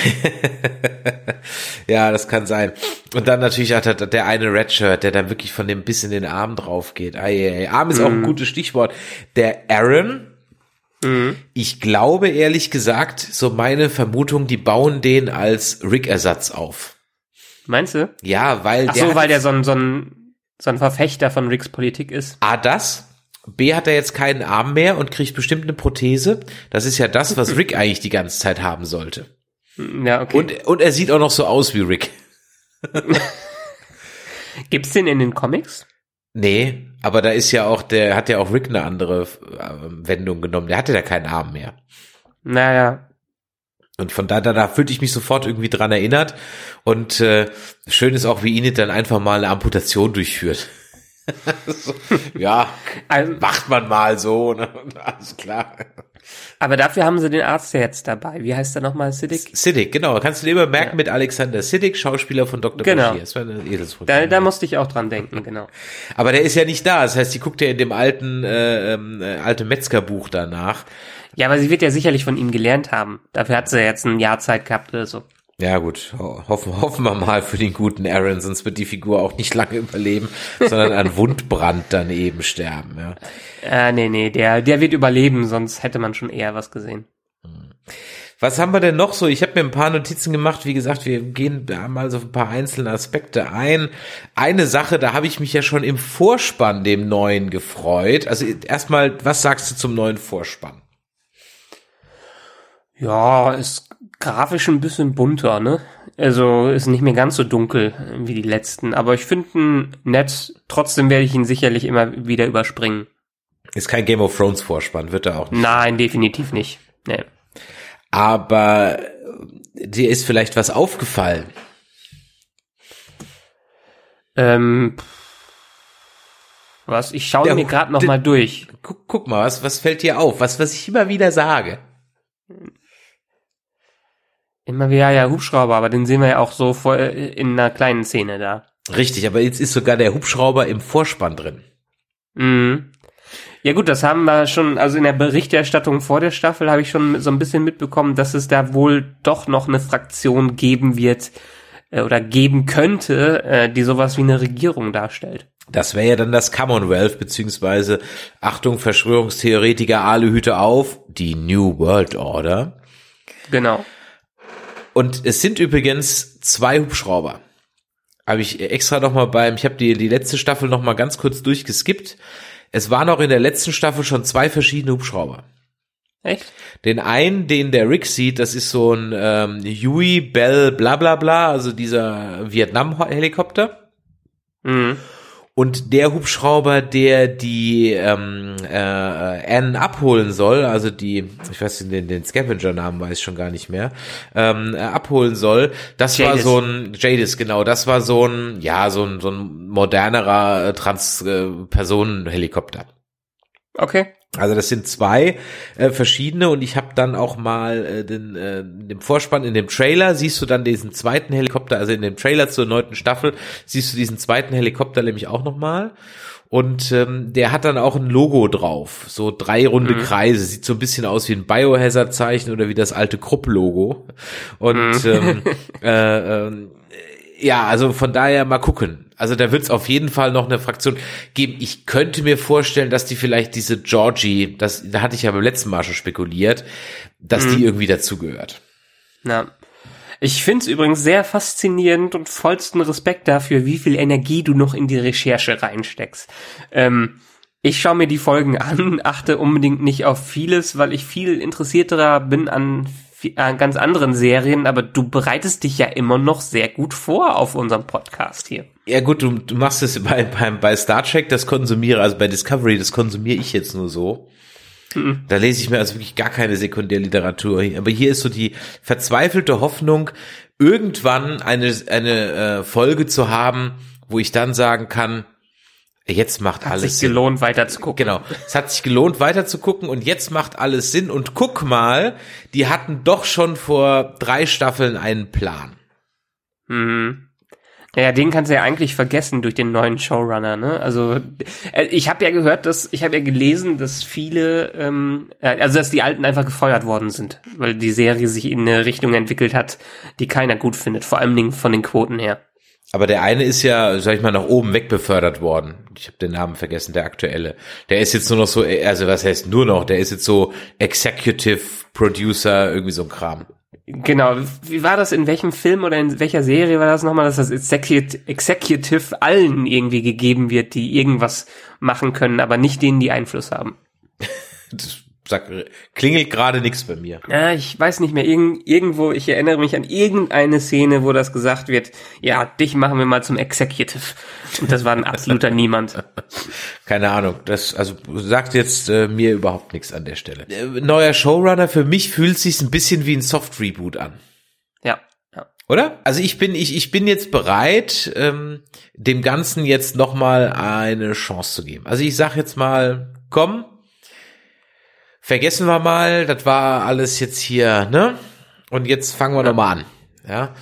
Ja, das kann sein. Und dann natürlich hat er der eine Redshirt, der dann wirklich von dem Biss in den Arm drauf geht. Ei, ei, ei. Arm ist mhm. auch ein gutes Stichwort. Der Aaron, mhm. ich glaube ehrlich gesagt, so meine Vermutung, die bauen den als Rick-Ersatz auf. Meinst du? Ja, weil Ach so, der weil der so ein, so ein so ein Verfechter von Ricks Politik ist. A, das. B, hat er jetzt keinen Arm mehr und kriegt bestimmt eine Prothese. Das ist ja das, was Rick eigentlich die ganze Zeit haben sollte. Ja, okay. Und, und er sieht auch noch so aus wie Rick. Gibt's den in den Comics? Nee, aber da ist ja auch, der hat ja auch Rick eine andere äh, Wendung genommen. Der hatte da keinen Arm mehr. Naja. Und von da, da, da fühlte ich mich sofort irgendwie dran erinnert. Und äh, schön ist auch, wie Enid dann einfach mal eine Amputation durchführt. so, ja, also, macht man mal so, ne? Alles klar. Aber dafür haben sie den Arzt ja jetzt dabei. Wie heißt der nochmal? Siddiq? Siddiq, genau. Kannst du dir immer merken, ja. Mit Alexander Siddiq, Schauspieler von Doktor Genau. Bashir. Das war eine Edelsbrücke. Da, da musste ich auch dran denken, genau. Aber der ist ja nicht da. Das heißt, die guckt ja in dem alten, äh, äh, alte Metzgerbuch danach. Ja, aber sie wird ja sicherlich von ihm gelernt haben. Dafür hat sie jetzt ein Jahr Zeit gehabt oder so. Ja gut, hoffen, hoffen wir mal für den guten Aaron, sonst wird die Figur auch nicht lange überleben, sondern an Wundbrand dann eben sterben. Ja. Äh, nee, nee, der, der wird überleben, sonst hätte man schon eher was gesehen. Was haben wir denn noch so? Ich habe mir ein paar Notizen gemacht. Wie gesagt, wir gehen mal so ein paar einzelne Aspekte ein. Eine Sache, da habe ich mich ja schon im Vorspann dem neuen gefreut. Also erstmal, was sagst du zum neuen Vorspann? Ja, ist grafisch ein bisschen bunter, ne? Also ist nicht mehr ganz so dunkel wie die letzten, aber ich finde ihn nett. Trotzdem werde ich ihn sicherlich immer wieder überspringen. Ist kein Game of Thrones Vorspann, wird er auch nicht. Nein, definitiv nicht. Nee. Aber dir ist vielleicht was aufgefallen? Ähm, Was? Ich schaue Der- mir gerade noch der- mal durch. Guck, guck mal, was, was fällt dir auf? Was, was ich immer wieder sage. Immer wieder, ja, Hubschrauber, aber den sehen wir ja auch so vor, in einer kleinen Szene da. Richtig, aber jetzt ist sogar der Hubschrauber im Vorspann drin. Mhm. Ja gut, das haben wir schon, also in der Berichterstattung vor der Staffel habe ich schon so ein bisschen mitbekommen, dass es da wohl doch noch eine Fraktion geben wird äh, oder geben könnte, äh, die sowas wie eine Regierung darstellt. Das wäre ja dann das Commonwealth, beziehungsweise, Achtung, Verschwörungstheoretiker, Aluhüte auf, die New World Order. Genau. Und es sind übrigens zwei Hubschrauber. Habe ich extra nochmal beim, ich habe die, die letzte Staffel nochmal ganz kurz durchgeskippt. Es waren auch in der letzten Staffel schon zwei verschiedene Hubschrauber. Echt? Den einen, den der Rick sieht, das ist so ein ähm, Huey Bell bla bla bla, also dieser Vietnam-Helikopter. Mhm. Und der Hubschrauber, der die ähm, äh, Anne abholen soll, also die, ich weiß den, den Scavenger-Namen weiß ich schon gar nicht mehr, ähm, äh, abholen soll, das Jadis. war so ein, Jadis, genau, das war so ein, ja, so ein, so ein modernerer äh, Trans-Personen-Helikopter. Okay. Also das sind zwei äh, verschiedene und ich habe dann auch mal äh, den, äh, in dem Vorspann, in dem Trailer siehst du dann diesen zweiten Helikopter, also in dem Trailer zur neunten Staffel siehst du diesen zweiten Helikopter nämlich auch nochmal und ähm, der hat dann auch ein Logo drauf, so drei runde Mhm. Kreise, sieht so ein bisschen aus wie ein Biohazard-Zeichen oder wie das alte Krupp-Logo und ähm, äh, äh, ja, also von daher mal gucken. Also da wird es auf jeden Fall noch eine Fraktion geben. Ich könnte mir vorstellen, dass die vielleicht diese Georgie, das, da hatte ich ja beim letzten Mal schon spekuliert, dass Mhm. die irgendwie dazugehört. Na. Ich find's übrigens sehr faszinierend und vollsten Respekt dafür, wie viel Energie du noch in die Recherche reinsteckst. Ähm, ich schaue mir die Folgen an, achte unbedingt nicht auf vieles, weil ich viel interessierter bin an, an ganz anderen Serien, aber du bereitest dich ja immer noch sehr gut vor auf unserem Podcast hier. Ja gut, du, du machst es bei, bei, bei Star Trek, das konsumiere, also bei Discovery, das konsumiere ich jetzt nur so. Mhm. Da lese ich mir also wirklich gar keine Sekundärliteratur. Aber hier ist so die verzweifelte Hoffnung, irgendwann eine, eine äh, Folge zu haben, wo ich dann sagen kann, jetzt macht Hat alles sich Sinn. gelohnt, weiter zu gucken. Genau, es hat sich gelohnt, weiter zu gucken und jetzt macht alles Sinn. Und guck mal, die hatten doch schon vor drei Staffeln einen Plan. Mhm. Naja, den kannst du ja eigentlich vergessen durch den neuen Showrunner, ne? Also äh, ich habe ja gehört, dass ich habe ja gelesen, dass viele, ähm, äh, also dass die Alten einfach gefeuert worden sind, weil die Serie sich in eine Richtung entwickelt hat, die keiner gut findet, vor allem von den Quoten her. Aber der eine ist ja, sag ich mal, nach oben wegbefördert worden. Ich habe den Namen vergessen, der aktuelle. Der ist jetzt nur noch so, also was heißt nur noch, der ist jetzt so Executive Producer, irgendwie so ein Kram. Genau, wie war das, in welchem Film oder in welcher Serie war das nochmal, dass das Executive, Executive allen irgendwie gegeben wird, die irgendwas machen können, aber nicht denen, die Einfluss haben? Das sag, klingelt gerade nichts bei mir. Ja, ich weiß nicht mehr, irgend, irgendwo, ich erinnere mich an irgendeine Szene, wo das gesagt wird, ja, dich machen wir mal zum Executive. Und das war ein absoluter Niemand. Keine Ahnung, das also sagt jetzt äh, mir überhaupt nichts an der Stelle. Äh, neuer Showrunner, für mich fühlt sich's ein bisschen wie ein Soft-Reboot an. Ja, ja. Oder? Also ich bin ich ich bin jetzt bereit, ähm, dem Ganzen jetzt noch mal eine Chance zu geben. Also ich sag jetzt mal, komm, vergessen wir mal, das war alles jetzt hier, ne? Und jetzt fangen wir Ja. noch mal an. Ja.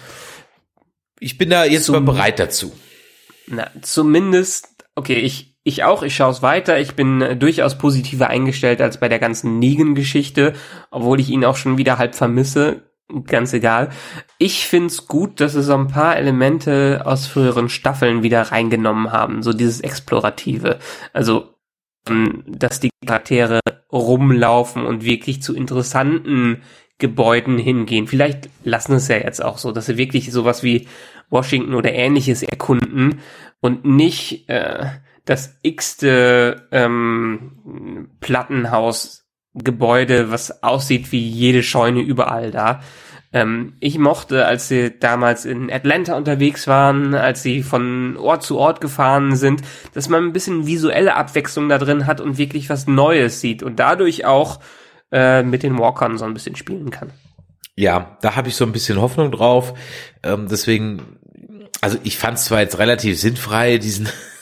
Ich bin da jetzt Zum- mal bereit dazu. Na, zumindest, okay, ich, ich auch, ich schaue es weiter. Ich bin äh, durchaus positiver eingestellt als bei der ganzen Negan-Geschichte, obwohl ich ihn auch schon wieder halb vermisse. Ganz egal. Ich find's gut, dass sie so ein paar Elemente aus früheren Staffeln wieder reingenommen haben. So dieses Explorative. Also, ähm, dass die Charaktere rumlaufen und wirklich zu interessanten Gebäuden hingehen. Vielleicht lassen es ja jetzt auch so, dass sie wirklich sowas wie Washington oder Ähnliches erkunden und nicht äh, das x-te ähm, Plattenhausgebäude, was aussieht wie jede Scheune überall da. Ähm, ich mochte, als sie damals in Atlanta unterwegs waren, als sie von Ort zu Ort gefahren sind, dass man ein bisschen visuelle Abwechslung da drin hat und wirklich was Neues sieht und dadurch auch äh, mit den Walkern so ein bisschen spielen kann. Ja, da habe ich so ein bisschen Hoffnung drauf. Ähm, deswegen, also ich fand es zwar jetzt relativ sinnfrei, diesen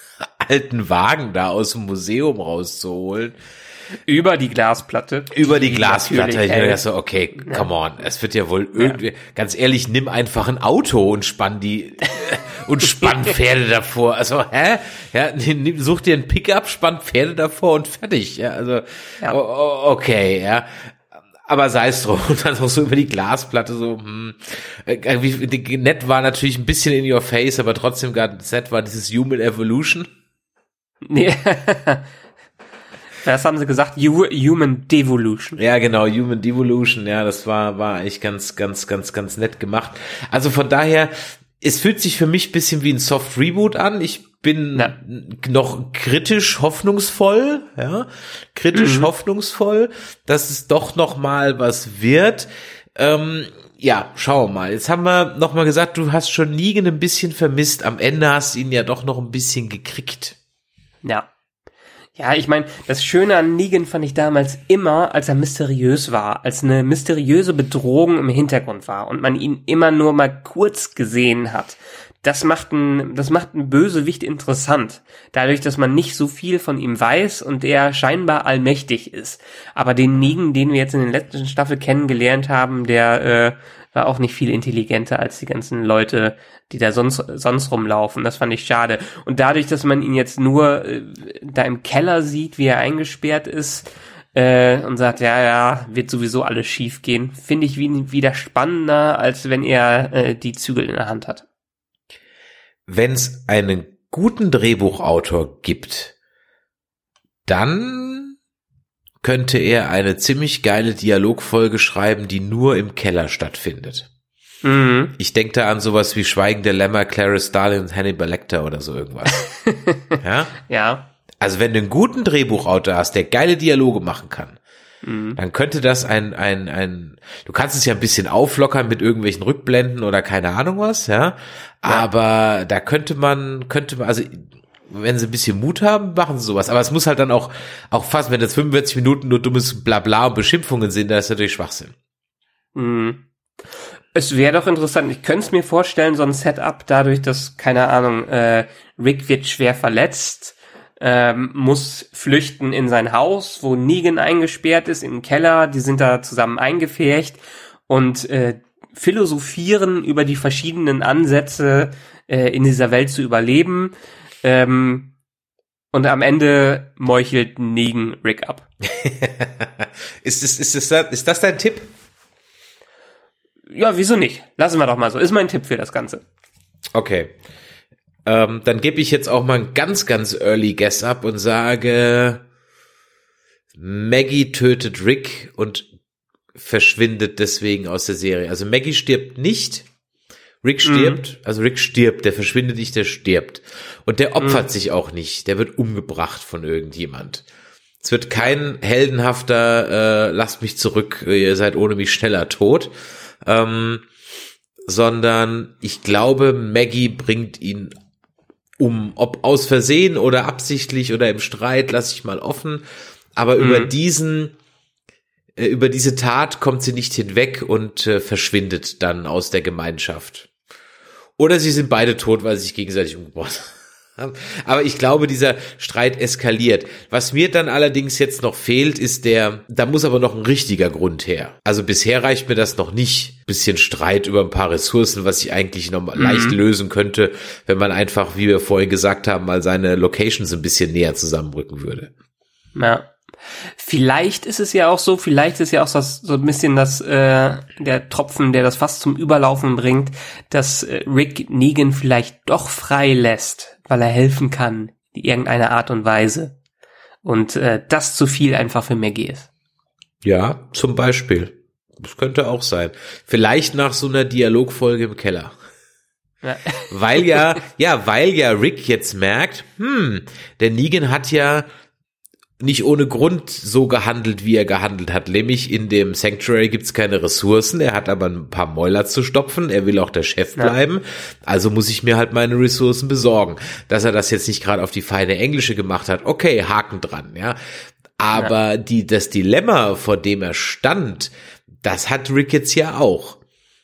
alten Wagen da aus dem Museum rauszuholen. Über die Glasplatte. Über die, die Glasplatte. Ich dachte so, okay, ja. come on. Es wird ja wohl irgendwie, ja. ganz ehrlich, nimm einfach ein Auto und spann die, und spann Pferde davor. Also, hä? Ja, nimm, such dir ein Pickup, spann Pferde davor und fertig. Ja, also, ja. okay, ja. Aber sei es drum. Und dann auch so über die Glasplatte so, hm. Irgendwie, nett war natürlich ein bisschen in your face, aber trotzdem ganz nett war dieses Human Evolution. Ja. Das haben sie gesagt, Human Devolution. Ja, genau, Human Devolution, ja, das war war eigentlich ganz, ganz, ganz, ganz nett gemacht. Also von daher, es fühlt sich für mich ein bisschen wie ein Soft Reboot an. Ich bin ja. noch kritisch hoffnungsvoll, ja, kritisch mhm. hoffnungsvoll, dass es doch noch mal was wird. Ähm, ja, schauen wir mal. Jetzt haben wir noch mal gesagt, du hast schon Negan ein bisschen vermisst. Am Ende hast du ihn ja doch noch ein bisschen gekriegt. Ja. Ja, ich meine, das Schöne an Negan fand ich damals immer, als er mysteriös war, als eine mysteriöse Bedrohung im Hintergrund war und man ihn immer nur mal kurz gesehen hat. Das macht ein, das macht einen Bösewicht interessant, dadurch, dass man nicht so viel von ihm weiß und er scheinbar allmächtig ist. Aber den Negan, den wir jetzt in den letzten Staffel kennengelernt haben, der äh, war auch nicht viel intelligenter als die ganzen Leute, die da sonst sonst rumlaufen. Das fand ich schade. Und dadurch, dass man ihn jetzt nur äh, da im Keller sieht, wie er eingesperrt ist äh, und sagt, ja, ja, wird sowieso alles schief gehen, finde ich wie, wieder spannender, als wenn er äh, die Zügel in der Hand hat. Wenn es einen guten Drehbuchautor gibt, dann könnte er eine ziemlich geile Dialogfolge schreiben, die nur im Keller stattfindet. Mhm. Ich denke da an sowas wie Schweigen der Lämmer, Clarice Starling und Hannibal Lecter oder so irgendwas. Ja? Ja. Also wenn du einen guten Drehbuchautor hast, der geile Dialoge machen kann, mhm. dann könnte das ein, ein, ein, du kannst es ja ein bisschen auflockern mit irgendwelchen Rückblenden oder keine Ahnung was, ja. ja. Aber da könnte man, könnte man, also, wenn sie ein bisschen Mut haben, machen sie sowas. Aber es muss halt dann auch, auch fast, wenn das fünfundvierzig Minuten nur dummes Blabla und Beschimpfungen sind, da ist natürlich Schwachsinn. Mhm. Es wäre doch interessant. Ich könnte es mir vorstellen, so ein Setup dadurch, dass, keine Ahnung, äh, Rick wird schwer verletzt, ähm, muss flüchten in sein Haus, wo Negan eingesperrt ist, im Keller. Die sind da zusammen eingepfercht und äh, philosophieren über die verschiedenen Ansätze, äh, in dieser Welt zu überleben. Ähm, und am Ende meuchelt Negan Rick ab. ist, das, ist, das, ist das dein Tipp? Ja, wieso nicht? Lassen wir doch mal so. Ist mein Tipp für das Ganze. Okay. Ähm, dann gebe ich jetzt auch mal einen ganz, ganz early Guess ab und sage, Maggie tötet Rick und verschwindet deswegen aus der Serie. Also Maggie stirbt nicht. Rick stirbt, mhm. also Rick stirbt, der verschwindet nicht, der stirbt. Und der opfert mhm. sich auch nicht, der wird umgebracht von irgendjemand. Es wird kein heldenhafter, äh, lasst mich zurück, ihr seid ohne mich schneller tot, ähm, sondern ich glaube, Maggie bringt ihn um, ob aus Versehen oder absichtlich oder im Streit, lasse ich mal offen, aber mhm. über diesen äh, über diese Tat kommt sie nicht hinweg und äh, verschwindet dann aus der Gemeinschaft. Oder sie sind beide tot, weil sie sich gegenseitig umgebracht haben. Aber ich glaube, dieser Streit eskaliert. Was mir dann allerdings jetzt noch fehlt, ist der, da muss aber noch ein richtiger Grund her. Also bisher reicht mir das noch nicht. Bisschen Streit über ein paar Ressourcen, was ich eigentlich noch mhm. leicht lösen könnte, wenn man einfach, wie wir vorhin gesagt haben, mal seine Locations ein bisschen näher zusammenrücken würde. Ja. Vielleicht ist es ja auch so, vielleicht ist ja auch das, so ein bisschen das äh, der Tropfen, der das Fass zum Überlaufen bringt, dass äh, Rick Negan vielleicht doch frei lässt, weil er helfen kann, in irgendeiner Art und Weise. Und äh, das zu viel einfach für Maggie ist. Ja, zum Beispiel. Das könnte auch sein. Vielleicht nach so einer Dialogfolge im Keller. Ja. Weil ja, ja, weil ja Rick jetzt merkt, hm, der Negan hat ja nicht ohne Grund so gehandelt, wie er gehandelt hat. Nämlich in dem Sanctuary gibt's keine Ressourcen, er hat aber ein paar Mäuler zu stopfen, er will auch der Chef bleiben, ja. Also muss ich mir halt meine Ressourcen besorgen. Dass er das jetzt nicht gerade auf die feine Englische gemacht hat, okay, Haken dran, ja. Aber ja. die das Dilemma, vor dem er stand, das hat Rick jetzt ja auch.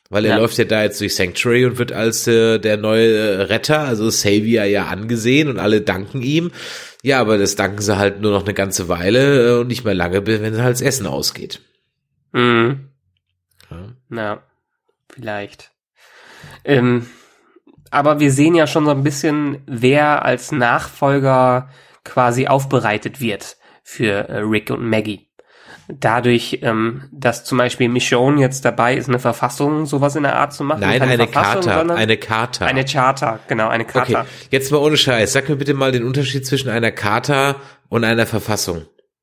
weil er Ja. läuft ja da jetzt durch Sanctuary und wird als äh, der neue äh, Retter, also Savior, ja angesehen und alle danken ihm. Ja, aber das danken sie halt nur noch eine ganze Weile äh, und nicht mehr lange, wenn halt das Essen ausgeht. Mhm. Ja. Na, vielleicht. Ähm, aber wir sehen ja schon so ein bisschen, wer als Nachfolger quasi aufbereitet wird für äh, Rick und Maggie. Dadurch, ähm, dass zum Beispiel Michonne jetzt dabei ist, eine Verfassung, sowas in der Art zu machen. Nein, Keine eine Verfassung, Charta, sondern eine Charta. Eine Charta, genau, eine Charta. Okay, jetzt mal ohne Scheiß. Sag mir bitte mal den Unterschied zwischen einer Charta und einer Verfassung.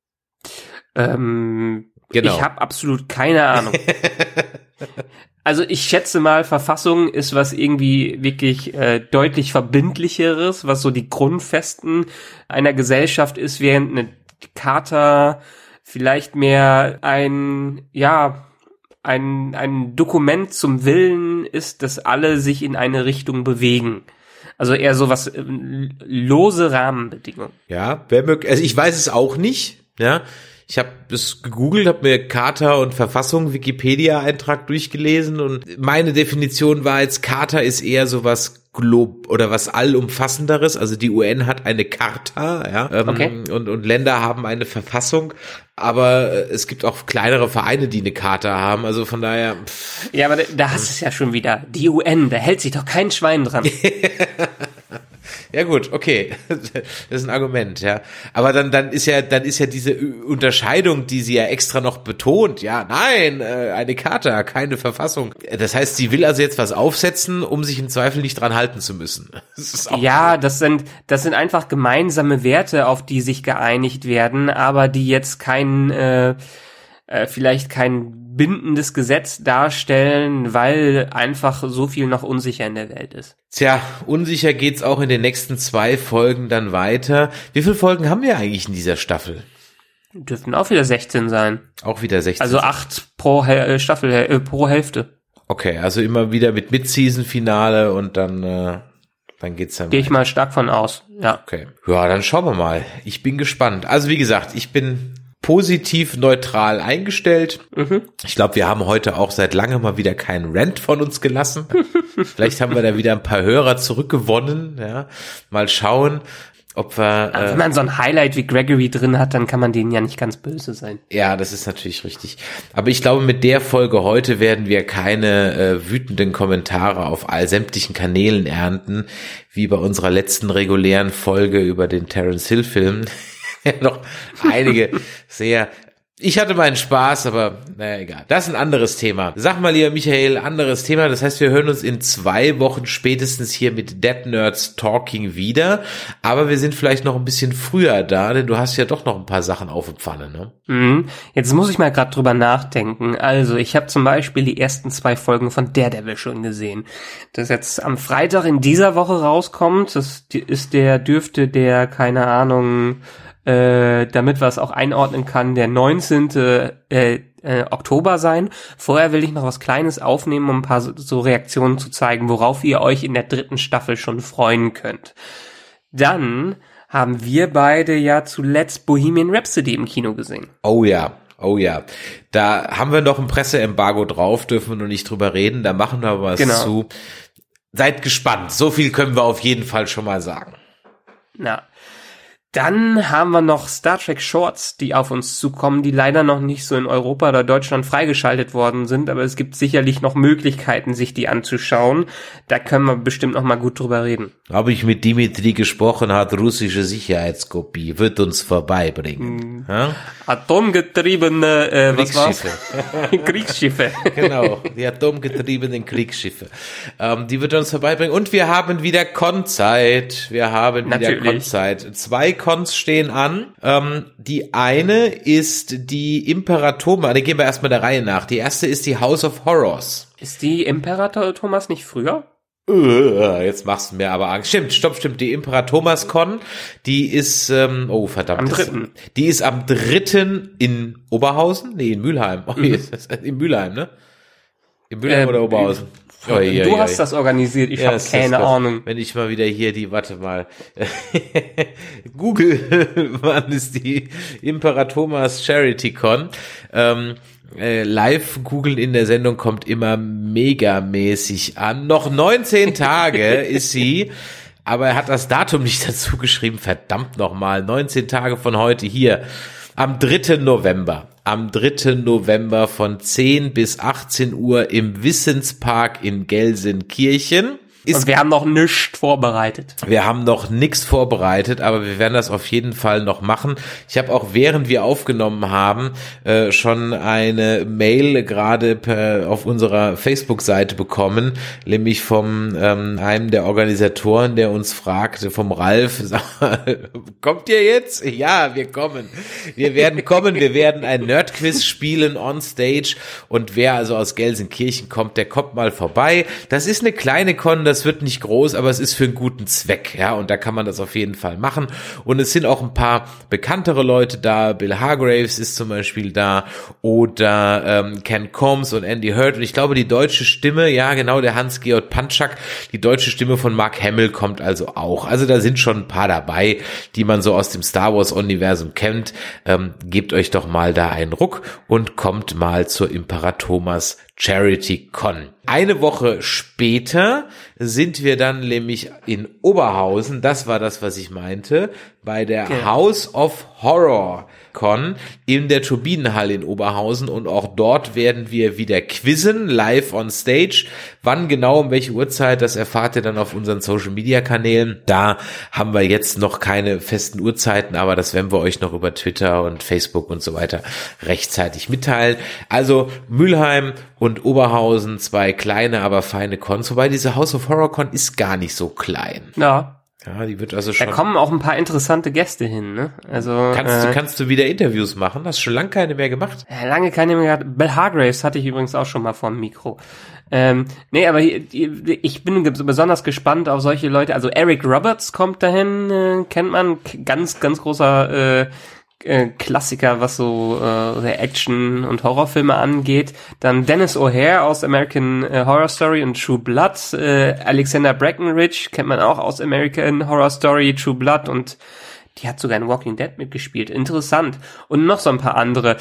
Ähm, Genau. Ich habe absolut keine Ahnung. Also ich schätze mal, Verfassung ist was irgendwie wirklich äh, deutlich verbindlicheres, was so die Grundfesten einer Gesellschaft ist, während eine Charta vielleicht mehr ein, ja, ein, ein Dokument zum Willen ist, dass alle sich in eine Richtung bewegen. Also eher sowas, äh, lose Rahmenbedingungen. Ja, wer mög- also ich weiß es auch nicht, ja. Ich habe das gegoogelt, habe mir Charta und Verfassung, Wikipedia-Eintrag durchgelesen und meine Definition war jetzt, Charta ist eher sowas glob oder was allumfassenderes. Also die U N hat eine Charta, ja, ähm, Okay. und, und Länder haben eine Verfassung, aber äh, es gibt auch kleinere Vereine, die eine Charta haben. Also von daher. Pff. Ja, aber da, da hast du es ja schon wieder. Die U N, da hält sich doch kein Schwein dran. Ja gut, okay, das ist ein Argument, ja. Aber dann, dann ist ja, dann ist ja diese Unterscheidung, die sie ja extra noch betont. Ja, nein, äh, eine Charta, keine Verfassung. Das heißt, sie will also jetzt was aufsetzen, um sich im Zweifel nicht dran halten zu müssen. Das ist auch Ja, das sind, das sind einfach gemeinsame Werte, auf die sich geeinigt werden, aber die jetzt kein, äh, äh, vielleicht kein bindendes Gesetz darstellen, weil einfach so viel noch unsicher in der Welt ist. Tja, unsicher geht's auch in den nächsten zwei Folgen dann weiter. Wie viele Folgen haben wir eigentlich in dieser Staffel? Dürften auch wieder sechzehn sein. Auch wieder sechzehn. Also acht pro Hel- äh, Staffel, äh, pro Hälfte. Okay, also immer wieder mit Mid-Season-Finale und dann, äh, dann geht's dann Gehe ich weiter. mal stark von aus. Ja. Okay. Ja, dann schauen wir mal. Ich bin gespannt. Also wie gesagt, ich bin positiv neutral eingestellt. Mhm. Ich glaube, wir haben heute auch seit langem mal wieder keinen Rant von uns gelassen. Vielleicht haben wir da wieder ein paar Hörer zurückgewonnen. Ja, mal schauen, ob wir. Aber Äh, wenn man so ein Highlight wie Gregory drin hat, dann kann man denen ja nicht ganz böse sein. ja, das ist natürlich richtig. Aber ich glaube, mit der Folge heute werden wir keine äh, wütenden Kommentare auf all sämtlichen Kanälen ernten, wie bei unserer letzten regulären Folge über den Terence Hill Film. Ja, noch einige sehr. Ich hatte meinen Spaß, aber naja, egal. Das ist ein anderes Thema. Sag mal, lieber Michael, anderes Thema. Das heißt, wir hören uns in zwei Wochen spätestens hier mit Dead Nerds Talking wieder. Aber wir sind vielleicht noch ein bisschen früher da, denn du hast ja doch noch ein paar Sachen auf der Pfanne, ne? Mhm. Jetzt muss ich mal gerade drüber nachdenken. Also, ich habe zum Beispiel die ersten zwei Folgen von Daredevil schon gesehen. Das jetzt am Freitag in dieser Woche rauskommt. Das ist der, dürfte der, keine Ahnung, äh, damit wir es auch einordnen kann, der neunzehnte Äh, äh, Oktober sein. Vorher will ich noch was Kleines aufnehmen, um ein paar so, so Reaktionen zu zeigen, worauf ihr euch in der dritten Staffel schon freuen könnt. Dann haben wir beide ja zuletzt Bohemian Rhapsody im Kino gesehen. Oh ja, oh ja. Da haben wir noch ein Presseembargo drauf, dürfen wir noch nicht drüber reden, da machen wir was Genau. zu. Seid gespannt, so viel können wir auf jeden Fall schon mal sagen. Na, dann haben wir noch Star Trek Shorts, die auf uns zukommen, die leider noch nicht so in Europa oder Deutschland freigeschaltet worden sind, aber es gibt sicherlich noch Möglichkeiten, sich die anzuschauen. Da können wir bestimmt noch mal gut drüber reden. Habe ich mit Dimitri gesprochen, hat russische Sicherheitskopie, wird uns vorbeibringen. Ja? Atomgetriebene, äh, was war's? Kriegsschiffe. Kriegsschiffe. Genau, die atomgetriebenen Kriegsschiffe. Ähm, die wird uns vorbeibringen. Und wir haben wieder Con-Zeit. Wir haben wieder Natürlich. Con-Zeit. Zwei Cons stehen an. Ähm, die eine ist die Imperator, da gehen wir erstmal der Reihe nach. Die erste ist die House of Horrors. Ist die Imperator Thomas nicht früher? Uh, jetzt machst du mir aber Angst. Stimmt, stopp, stimmt. Die Imperator Con, die ist, ähm, oh verdammt. Am das- dritten. Die ist am dritten in Oberhausen? Nee, in Mülheim. Oh, Mhm. ist das in Mülheim, ne? In Mülheim Ähm, oder Oberhausen? Oh, ja, du ja, hast ja. das organisiert, ich Ja, habe ist das keine doch. Ahnung. Wenn ich mal wieder hier die, warte mal, Google, wann ist die Imperator Charity Con? Ähm, äh, Live-Googeln in der Sendung kommt immer megamäßig an. Noch neunzehn Tage ist sie, aber er hat das Datum nicht dazu geschrieben. Verdammt nochmal, neunzehn Tage von heute hier. Am dritten November. Am dritten November von zehn bis achtzehn Uhr im Wissenspark in Gelsenkirchen. Ist, und wir haben noch nichts vorbereitet. Wir haben noch nichts vorbereitet, aber wir werden das auf jeden Fall noch machen. Ich habe auch, während wir aufgenommen haben, äh, schon eine Mail gerade per, auf unserer Facebook-Seite bekommen, nämlich vom ähm, einem der Organisatoren, der uns fragte, vom Ralf, kommt ihr jetzt? Ja, wir kommen. Wir werden kommen, wir werden ein Nerdquiz spielen on stage und wer also aus Gelsenkirchen kommt, der kommt mal vorbei. Das ist eine kleine Con, das wird nicht groß, aber es ist für einen guten Zweck, ja, und da kann man das auf jeden Fall machen. Und es sind auch ein paar bekanntere Leute da. Bill Hargraves ist zum Beispiel da oder ähm, Ken Combs und Andy Hurt. Und ich glaube, die deutsche Stimme, ja genau, der Hans-Georg Panczak, die deutsche Stimme von Mark Hamill kommt also auch. Also da sind schon ein paar dabei, die man so aus dem Star Wars-Universum kennt. Ähm, gebt euch doch mal da einen Ruck und kommt mal zur Imperathomas Charity Con. Eine Woche später sind wir dann nämlich in Oberhausen, das war das, was ich meinte, bei der okay. House of Horror Con in der Turbinenhalle in Oberhausen und auch dort werden wir wieder quizzen, live on stage. Wann genau, um welche Uhrzeit, das erfahrt ihr dann auf unseren Social Media Kanälen. Da haben wir jetzt noch keine festen Uhrzeiten, aber das werden wir euch noch über Twitter und Facebook und so weiter rechtzeitig mitteilen. Also Mülheim und Oberhausen, zwei kleine, aber feine Cons, wobei diese House of Horror Con ist gar nicht so klein. Ja. Ja, die wird also schon. Da kommen auch ein paar interessante Gäste hin, ne? Also kannst äh, du kannst du wieder Interviews machen? Hast schon lange keine mehr gemacht? Ja, lange keine mehr gehabt. Bill Hargraves hatte ich übrigens auch schon mal vor dem Mikro. Ähm, nee, aber ich bin besonders gespannt auf solche Leute. Also Eric Roberts kommt dahin, äh, kennt man, ganz ganz großer äh, Klassiker, was so äh, Action- und Horrorfilme angeht. Dann Dennis O'Hare aus American äh, Horror Story und True Blood. Äh, Alexander Breckenridge kennt man auch aus American Horror Story, True Blood, und die hat sogar in Walking Dead mitgespielt. Interessant. Und noch so ein paar andere.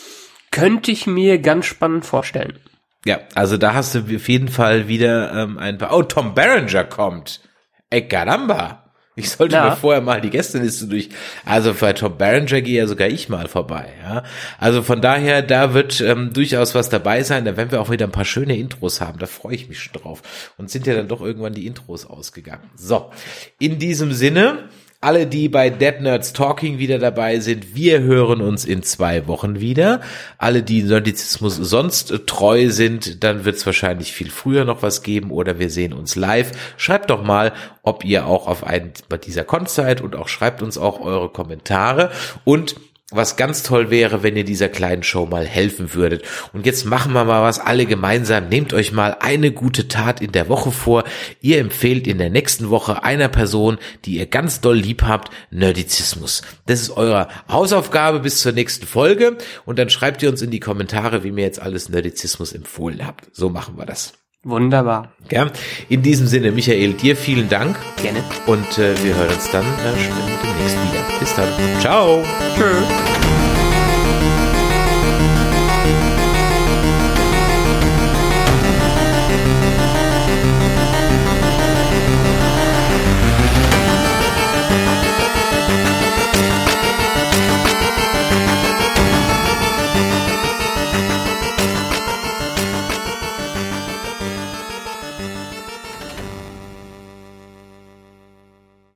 Könnte ich mir ganz spannend vorstellen. Ja, also da hast du auf jeden Fall wieder ähm, ein paar... Oh, Tom Berenger kommt. Ey, caramba. Ich sollte ja. mir vorher mal die Gästeliste durch, also bei Tom Berenger gehe ja sogar ich mal vorbei, ja. Also von daher, da wird ähm, durchaus was dabei sein, da werden wir auch wieder ein paar schöne Intros haben, da freue ich mich schon drauf. Und sind ja dann doch irgendwann die Intros ausgegangen. So, in diesem Sinne, alle, die bei Dead Nerds Talking wieder dabei sind, wir hören uns in zwei Wochen wieder. Alle, die Nerdizismus sonst treu sind, dann wird es wahrscheinlich viel früher noch was geben oder wir sehen uns live. Schreibt doch mal, ob ihr auch auf einen bei dieser Con seid und auch schreibt uns auch eure Kommentare. Und was ganz toll wäre, wenn ihr dieser kleinen Show mal helfen würdet. Und jetzt machen wir mal was alle gemeinsam. Nehmt euch mal eine gute Tat in der Woche vor. Ihr empfehlt in der nächsten Woche einer Person, die ihr ganz doll lieb habt, Nerdizismus. Das ist eure Hausaufgabe bis zur nächsten Folge. Und dann schreibt ihr uns in die Kommentare, wie mir jetzt alles Nerdizismus empfohlen habt. So machen wir das. Wunderbar. Ja, in diesem Sinne, Michael, dir vielen Dank. Gerne. Und äh, wir hören uns dann äh, demnächst wieder. Bis dann. Ciao. Tschüss.